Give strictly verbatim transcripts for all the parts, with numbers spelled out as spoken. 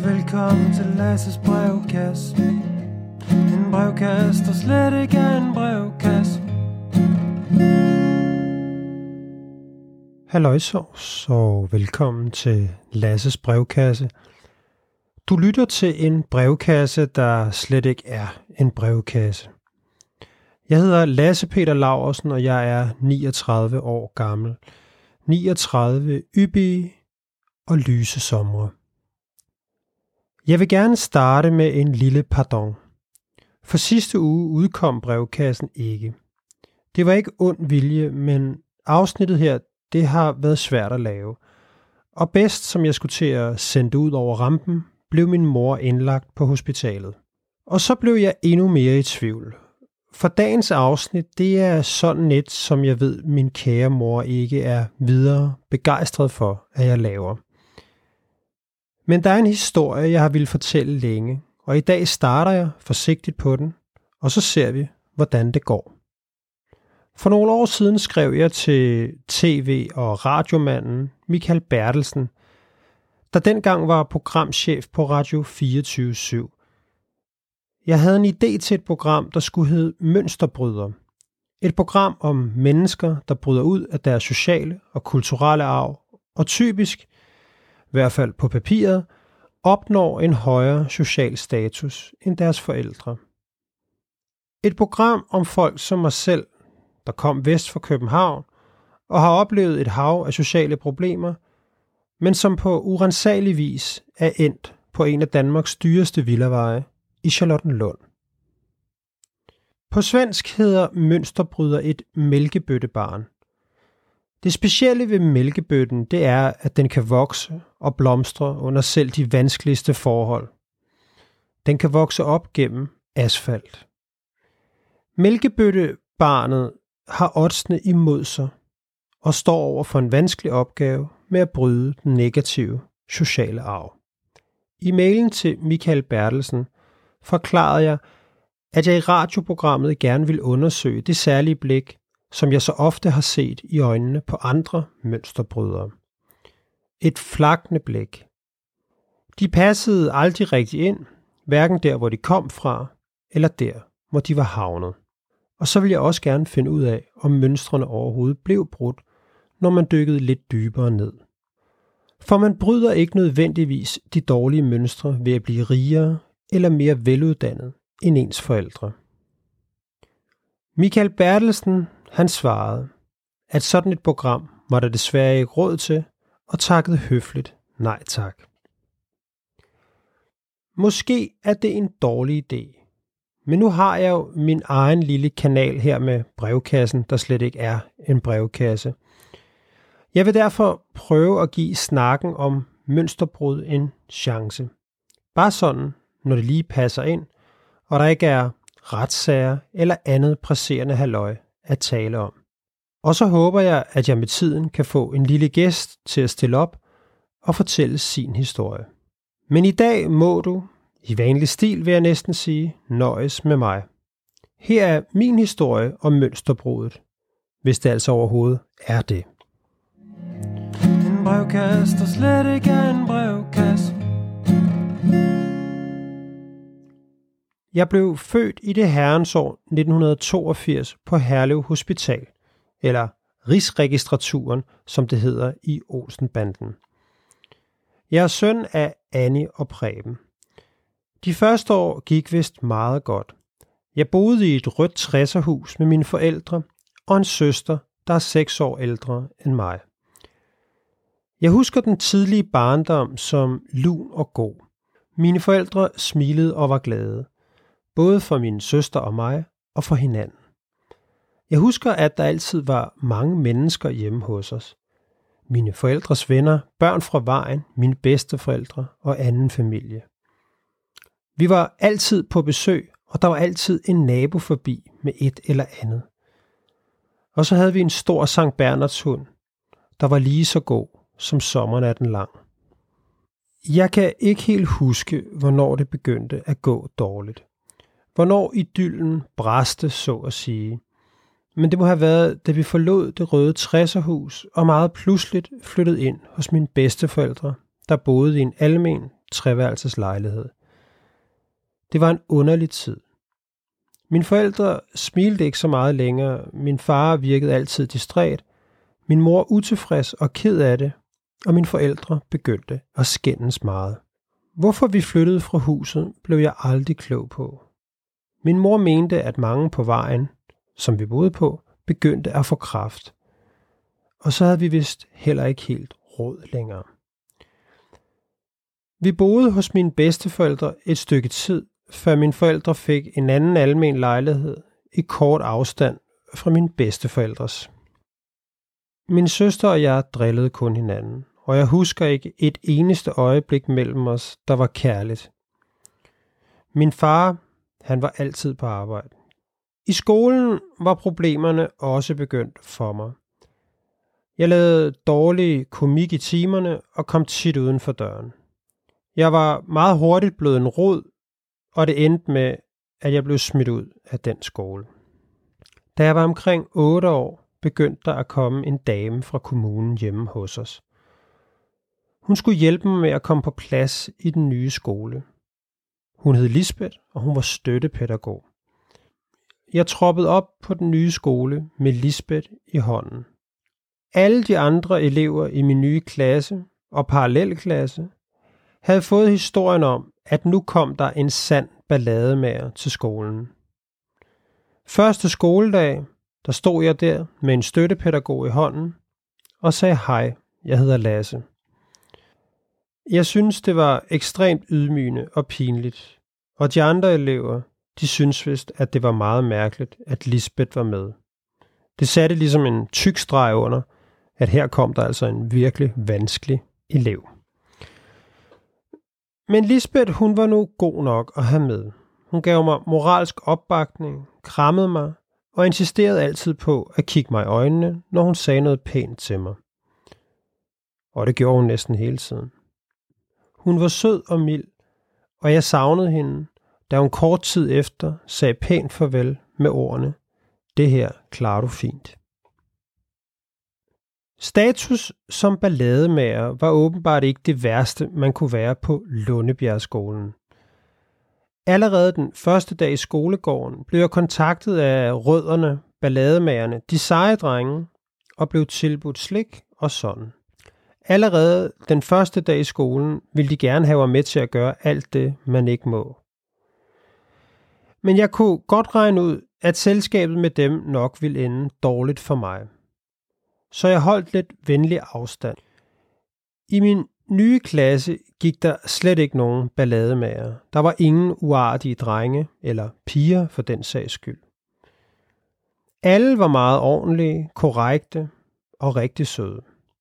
Velkommen til Lasses brevkasse. En brevkasse, der slet ikke er en brevkasse. Halløjsovs, og velkommen til Lasses brevkasse. Du lytter til en brevkasse, der slet ikke er en brevkasse. Jeg hedder Lasse Peter Laursen, og jeg er niogtredive år gammel. niogtredive yppige og lyse somre. Jeg vil gerne starte med en lille pardon. For sidste uge udkom brevkassen ikke. Det var ikke ond vilje, men afsnittet her, det har været svært at lave. Og bedst som jeg skulle til at sende det ud over rampen, blev min mor indlagt på hospitalet. Og så blev jeg endnu mere i tvivl. For dagens afsnit, det er sådan et, som jeg ved, min kære mor ikke er videre begejstret for, at jeg laver. Men der er en historie, jeg har ville fortælle længe, og i dag starter jeg forsigtigt på den, og så ser vi, hvordan det går. For nogle år siden skrev jeg til tv- og radiomanden Michael Bertelsen, der dengang var programchef på Radio fireogtyve syv. Jeg havde en idé til et program, der skulle hedde Mønsterbryder. Et program om mennesker, der bryder ud af deres sociale og kulturelle arv, og typisk, i hvert fald på papiret, opnår en højere social status end deres forældre. Et program om folk som mig selv, der kom vest fra København og har oplevet et hav af sociale problemer, men som på uransagelig vis er endt på en af Danmarks dyreste villaveje i Charlottenlund. På svensk hedder Mønsterbryder et mælkebøttebarn. Det specielle ved mælkebøtten, det er, at den kan vokse og blomstre under selv de vanskeligste forhold. Den kan vokse op gennem asfalt. Mælkebøttebarnet har oddsene imod sig og står over for en vanskelig opgave med at bryde den negative sociale arv. I mailen til Michael Bertelsen forklarede jeg, at jeg i radioprogrammet gerne vil undersøge det særlige blik, som jeg så ofte har set i øjnene på andre mønsterbrydere. Et flakne blik. De passede aldrig rigtig ind, hverken der, hvor de kom fra, eller der, hvor de var havnet. Og så vil jeg også gerne finde ud af, om mønstrene overhovedet blev brudt, når man dykkede lidt dybere ned. For man bryder ikke nødvendigvis de dårlige mønstre ved at blive rigere eller mere veluddannet end ens forældre. Michael Bertelsen, han svarede, at sådan et program var der desværre ikke råd til, og takkede høfligt nej tak. Måske er det en dårlig idé, men nu har jeg jo min egen lille kanal her med brevkassen, der slet ikke er en brevkasse. Jeg vil derfor prøve at give snakken om mønsterbrud en chance. Bare sådan, når det lige passer ind, og der ikke er retssager eller andet presserende halløj at tale om. Og så håber jeg, at jeg med tiden kan få en lille gæst til at stille op og fortælle sin historie. Men i dag må du, i vanlig stil vil jeg næsten sige, nøjes med mig. Her er min historie om mønsterbruddet, hvis det altså overhovedet er det. En brevkasse, der slet ikke er en brevkasse. Jeg blev født i det herrens år nitten toogfirs på Herlev Hospital, eller Rigsregistraturen, som det hedder i Olsenbanden. Jeg er søn af Annie og Preben. De første år gik vist meget godt. Jeg boede i et rødt tresserhus med mine forældre og en søster, der er seks år ældre end mig. Jeg husker den tidlige barndom som lun og god. Mine forældre smilede og var glade, både for min søster og mig og for hinanden. Jeg husker, at der altid var mange mennesker hjemme hos os. Mine forældres venner, børn fra vejen, mine bedsteforældre og anden familie. Vi var altid på besøg, og der var altid en nabo forbi med et eller andet. Og så havde vi en stor Sankt Bernards hund, der var lige så god som sommernatten lang. Jeg kan ikke helt huske, hvornår det begyndte at gå dårligt. Hvornår idyllen bræste, så at sige. Men det må have været, da vi forlod det røde tresserhus og meget pludseligt flyttede ind hos mine bedsteforældre, der boede i en almen treværelses lejlighed. Det var en underlig tid. Mine forældre smilte ikke så meget længere. Min far virkede altid distræt. Min mor utilfreds og ked af det, og mine forældre begyndte at skændes meget. Hvorfor vi flyttede fra huset, blev jeg aldrig klog på. Min mor mente, at mange på vejen, som vi boede på, begyndte at få kræft. Og så havde vi vist heller ikke helt råd længere. Vi boede hos mine bedsteforældre et stykke tid, før mine forældre fik en anden almen lejlighed i kort afstand fra mine bedsteforældres. Min søster og jeg drillede kun hinanden, og jeg husker ikke et eneste øjeblik mellem os, der var kærligt. Min far, han var altid på arbejde. I skolen var problemerne også begyndt for mig. Jeg lavede dårlig komik i timerne og kom tit uden for døren. Jeg var meget hurtigt blevet en rod, og det endte med, at jeg blev smidt ud af den skole. Da jeg var omkring otte år, begyndte der at komme en dame fra kommunen hjemme hos os. Hun skulle hjælpe mig med at komme på plads i den nye skole. Hun hed Lisbeth, og hun var støttepædagog. Jeg troppede op på den nye skole med Lisbeth i hånden. Alle de andre elever i min nye klasse og parallelklasse havde fået historien om, at nu kom der en sand ballademager til skolen. Første skoledag, der stod jeg der med en støttepædagog i hånden og sagde hej, jeg hedder Lasse. Jeg synes, det var ekstremt ydmygende og pinligt, og de andre elever, de synes vist, at det var meget mærkeligt, at Lisbeth var med. Det satte ligesom en tyk streg under, at her kom der altså en virkelig vanskelig elev. Men Lisbeth, hun var nu god nok at have med. Hun gav mig moralsk opbakning, krammede mig og insisterede altid på at kigge mig i øjnene, når hun sagde noget pænt til mig. Og det gjorde hun næsten hele tiden. Hun var sød og mild, og jeg savnede hende, da hun kort tid efter sagde pænt farvel med ordene, det her klarer du fint. Status som ballademager var åbenbart ikke det værste, man kunne være på Lundebjergskolen. Allerede den første dag i skolegården blev jeg kontaktet af rødderne, ballademagerne, de seje drenge, og blev tilbudt slik og sådan. Allerede den første dag i skolen ville de gerne have mig med til at gøre alt det, man ikke må. Men jeg kunne godt regne ud, at selskabet med dem nok ville ende dårligt for mig. Så jeg holdt lidt venlig afstand. I min nye klasse gik der slet ikke nogen ballademager. Der var ingen uartige drenge eller piger for den sags skyld. Alle var meget ordentlige, korrekte og rigtig søde.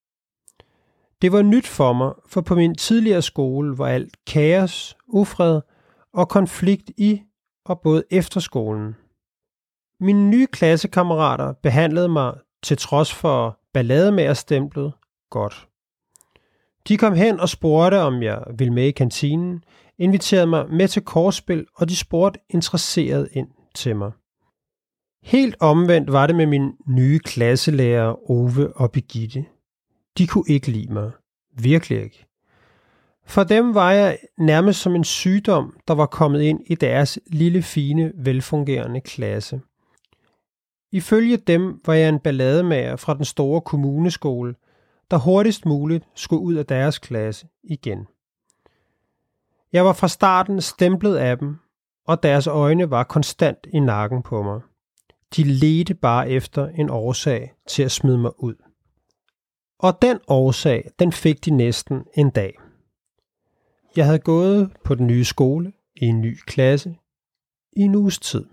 Det var nyt for mig, for på min tidligere skole var alt kaos, ufred og konflikt i og både efter skolen. Mine nye klassekammerater behandlede mig til trods for ballademagerstemplet godt. De kom hen og spurgte, om jeg ville med i kantinen, inviterede mig med til kortspil, og de spurgte interesseret ind til mig. Helt omvendt var det med mine nye klasselærer Ove og Birgitte. De kunne ikke lide mig. Virkelig ikke. For dem var jeg nærmest som en sygdom, der var kommet ind i deres lille, fine, velfungerende klasse. Ifølge dem var jeg en ballademager fra den store kommuneskole, der hurtigst muligt skulle ud af deres klasse igen. Jeg var fra starten stemplet af dem, og deres øjne var konstant i nakken på mig. De ledte bare efter en årsag til at smide mig ud. Og den årsag, den fik de næsten en dag. Jeg havde gået på den nye skole i en ny klasse i en uges tid.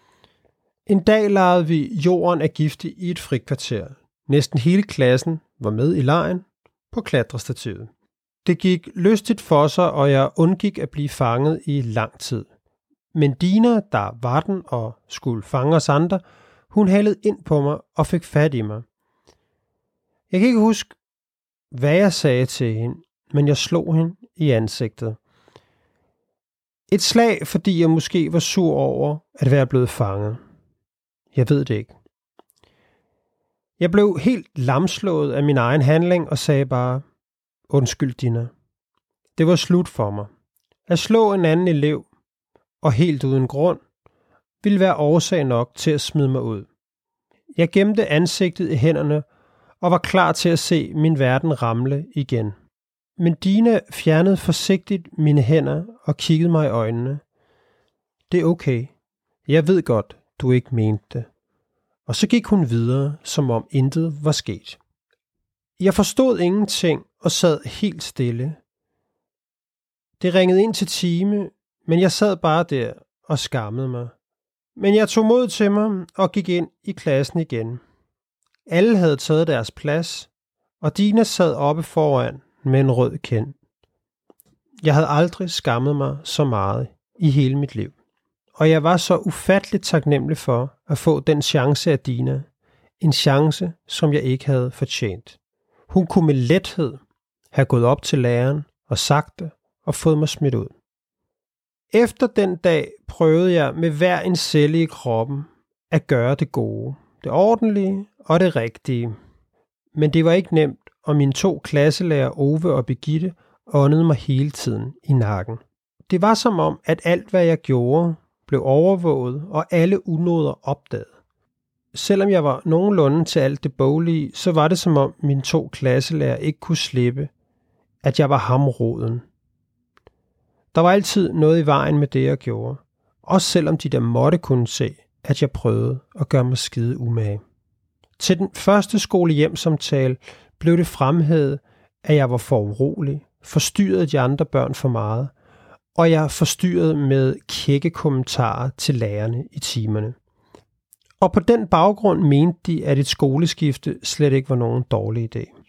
En dag legede vi jorden af giftig i et frikvarter. Næsten hele klassen var med i legen på klatrestativet. Det gik lystigt for sig, og jeg undgik at blive fanget i lang tid. Men Dina, der var den og skulle fange os andre, hun halede ind på mig og fik fat i mig. Jeg kan ikke huske, hvad jeg sagde til hende, men jeg slog hende i ansigtet. Et slag, fordi jeg måske var sur over at være blevet fanget. Jeg ved det ikke. Jeg blev helt lamslået af min egen handling og sagde bare, undskyld Dina. Det var slut for mig. At slå en anden elev, og helt uden grund, ville være årsag nok til at smide mig ud. Jeg gemte ansigtet i hænderne og var klar til at se min verden ramle igen. Men Dina fjernede forsigtigt mine hænder og kiggede mig i øjnene. Det er okay. Jeg ved godt, du ikke mente det. Og så gik hun videre, som om intet var sket. Jeg forstod ingenting og sad helt stille. Det ringede ind til time, men jeg sad bare der og skammede mig. Men jeg tog mod til mig og gik ind i klassen igen. Alle havde taget deres plads, og Dina sad oppe foran med en rød kind. Jeg havde aldrig skammet mig så meget i hele mit liv. Og jeg var så ufatteligt taknemmelig for at få den chance af Dina. En chance, som jeg ikke havde fortjent. Hun kunne med lethed have gået op til læreren og sagt det og fået mig smidt ud. Efter den dag prøvede jeg med hver en celle i kroppen at gøre det gode, det ordentlige og det rigtige. Men det var ikke nemt, og mine to klasselærer Ove og Birgitte åndede mig hele tiden i nakken. Det var som om, at alt hvad jeg gjorde, blev overvåget og alle unåder opdaget. Selvom jeg var nogenlunde til alt det boglige, så var det som om mine to klasselærer ikke kunne slippe, at jeg var hamroden. Der var altid noget i vejen med det, jeg gjorde. Også selvom de der måtte kunne se, at jeg prøvede at gøre mig skide umage. Til den første skolehjemsamtale blev det fremhævet, at jeg var for urolig, forstyrrede de andre børn for meget, og jeg forstyrrede med kække kommentarer til lærerne i timerne. Og på den baggrund mente de, at et skoleskifte slet ikke var nogen dårlig idé.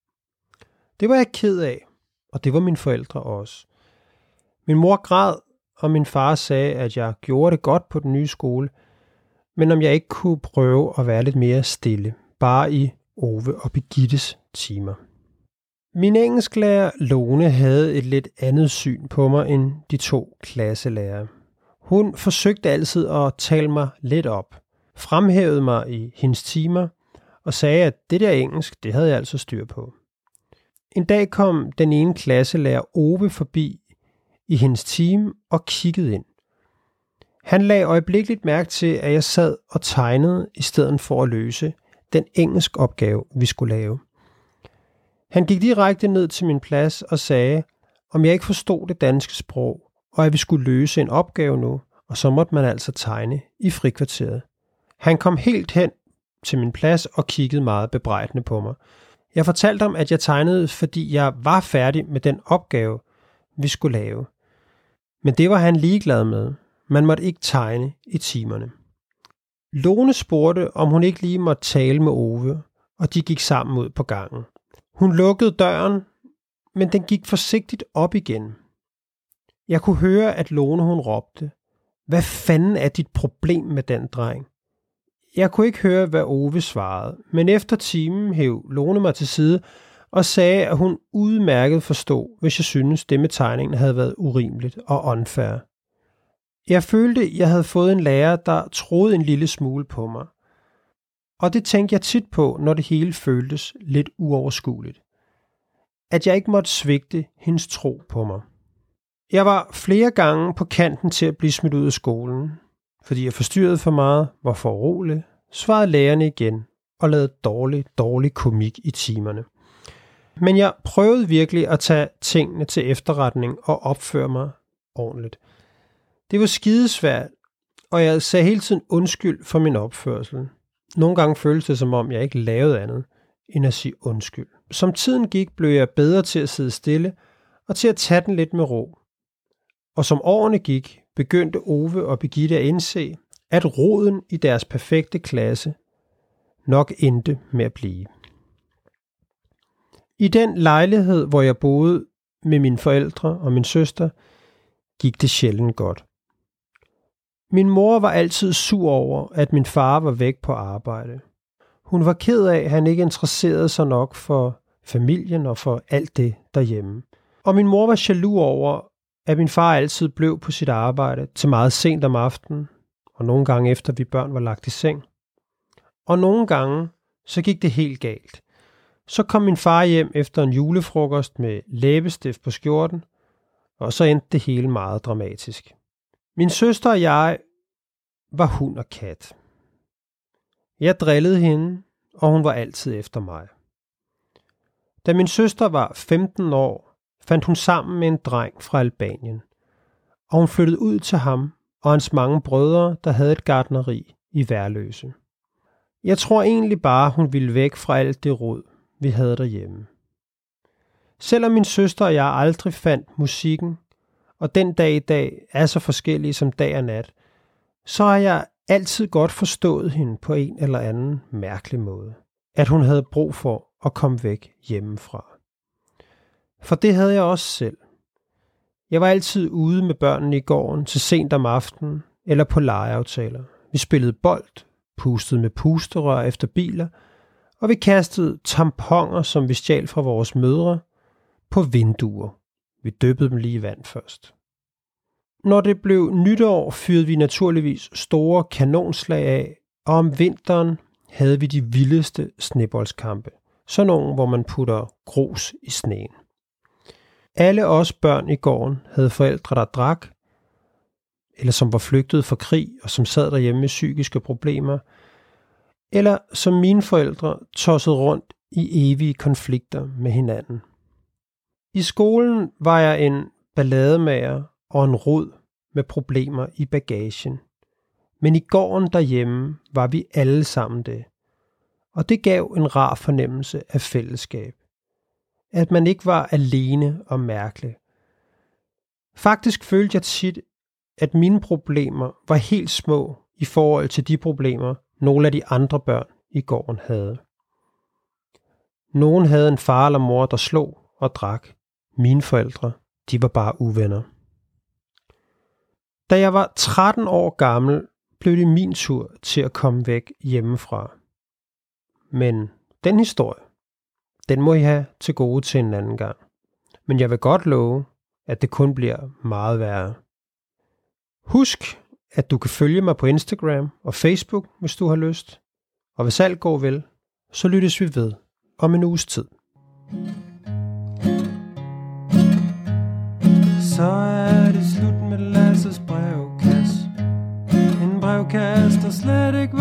Det var jeg ked af, og det var mine forældre også. Min mor græd, og min far sagde, at jeg gjorde det godt på den nye skole, men om jeg ikke kunne prøve at være lidt mere stille, bare i Ove og Birgittes timer. Min engelsklærer Lone havde et lidt andet syn på mig end de to klasselærere. Hun forsøgte altid at tale mig lidt op, fremhævede mig i hendes timer og sagde, at det der engelsk, det havde jeg altså styr på. En dag kom den ene klasselærer Ove forbi i hendes team og kiggede ind. Han lagde øjeblikkeligt mærke til, at jeg sad og tegnede i stedet for at løse den engelsk opgave, vi skulle lave. Han gik direkte ned til min plads og sagde, om jeg ikke forstod det danske sprog, og at vi skulle løse en opgave nu, og så måtte man altså tegne i frikvarteret. Han kom helt hen til min plads og kiggede meget bebrejdende på mig. Jeg fortalte ham, at jeg tegnede, fordi jeg var færdig med den opgave, vi skulle lave. Men det var han ligeglad med. Man måtte ikke tegne i timerne. Lone spurgte, om hun ikke lige måtte tale med Ove, og de gik sammen ud på gangen. Hun lukkede døren, men den gik forsigtigt op igen. Jeg kunne høre, at Lone hun råbte, hvad fanden er dit problem med den dreng? Jeg kunne ikke høre, hvad Ove svarede, men efter timen hev Lone mig til side og sagde, at hun udmærket forstod, hvis jeg syntes, det med tegningen havde været urimeligt og unfair. Jeg følte, at jeg havde fået en lærer, der troede en lille smule på mig. Og det tænkte jeg tit på, når det hele føltes lidt uoverskueligt. At jeg ikke måtte svigte hendes tro på mig. Jeg var flere gange på kanten til at blive smidt ud af skolen, fordi jeg forstyrrede for meget, var for urolig, svarede lærerne igen og lavede dårlig, dårlig komik i timerne. Men jeg prøvede virkelig at tage tingene til efterretning og opføre mig ordentligt. Det var skidesvært, og jeg sagde hele tiden undskyld for min opførsel. Nogle gange føltes det, som om jeg ikke lavede andet end at sige undskyld. Som tiden gik, blev jeg bedre til at sidde stille og til at tage den lidt med ro. Og som årene gik, begyndte Ove og Birgitte at indse, at roden i deres perfekte klasse nok endte med at blive. I den lejlighed, hvor jeg boede med mine forældre og min søster, gik det sjældent godt. Min mor var altid sur over, at min far var væk på arbejde. Hun var ked af, at han ikke interesserede sig nok for familien og for alt det derhjemme. Og min mor var jaloux over, at min far altid blev på sit arbejde til meget sent om aftenen, og nogle gange efter vi børn var lagt i seng. Og nogle gange, så gik det helt galt. Så kom min far hjem efter en julefrokost med læbestift på skjorten, og så endte det hele meget dramatisk. Min søster og jeg var hund og kat. Jeg drillede hende, og hun var altid efter mig. Da min søster var femten år, fandt hun sammen med en dreng fra Albanien, og hun flyttede ud til ham og hans mange brødre, der havde et gartneri i Værløse. Jeg tror egentlig bare, hun ville væk fra alt det rod, vi havde derhjemme. Selvom min søster og jeg aldrig fandt musikken, og den dag i dag er så forskellige som dag og nat, så har jeg altid godt forstået hende på en eller anden mærkelig måde. At hun havde brug for at komme væk hjemmefra. For det havde jeg også selv. Jeg var altid ude med børnene i gården til sent om aftenen eller på legeaftaler. Vi spillede bold, pustede med pusterør efter biler, og vi kastede tamponer, som vi stjal fra vores mødre, på vinduer. Vi dyppede dem lige i vand først. Når det blev nytår, fyrede vi naturligvis store kanonslag af, og om vinteren havde vi de vildeste sneboldskampe. Sådan nogle, hvor man putter grus i sneen. Alle os børn i gården havde forældre, der drak, eller som var flygtet fra krig og som sad derhjemme med psykiske problemer, eller som mine forældre tossede rundt i evige konflikter med hinanden. I skolen var jeg en ballademager og en rod med problemer i bagagen. Men i gården derhjemme var vi alle sammen det. Og det gav en rar fornemmelse af fællesskab. At man ikke var alene og mærkelig. Faktisk følte jeg tit, at mine problemer var helt små i forhold til de problemer, nogle af de andre børn i gården havde. Nogen havde en far eller mor, der slog og drak. Mine forældre, de var bare uvenner. Da jeg var tretten år gammel, blev det min tur til at komme væk hjemmefra. Men den historie, den må I have til gode til en anden gang. Men jeg vil godt love, at det kun bliver meget værre. Husk, at du kan følge mig på Instagram og Facebook, hvis du har lyst. Og hvis alt går vel, så lyttes vi ved om en uges tid. Så er det slut med Lasses brevkasse. En brevkasse, der slet ikke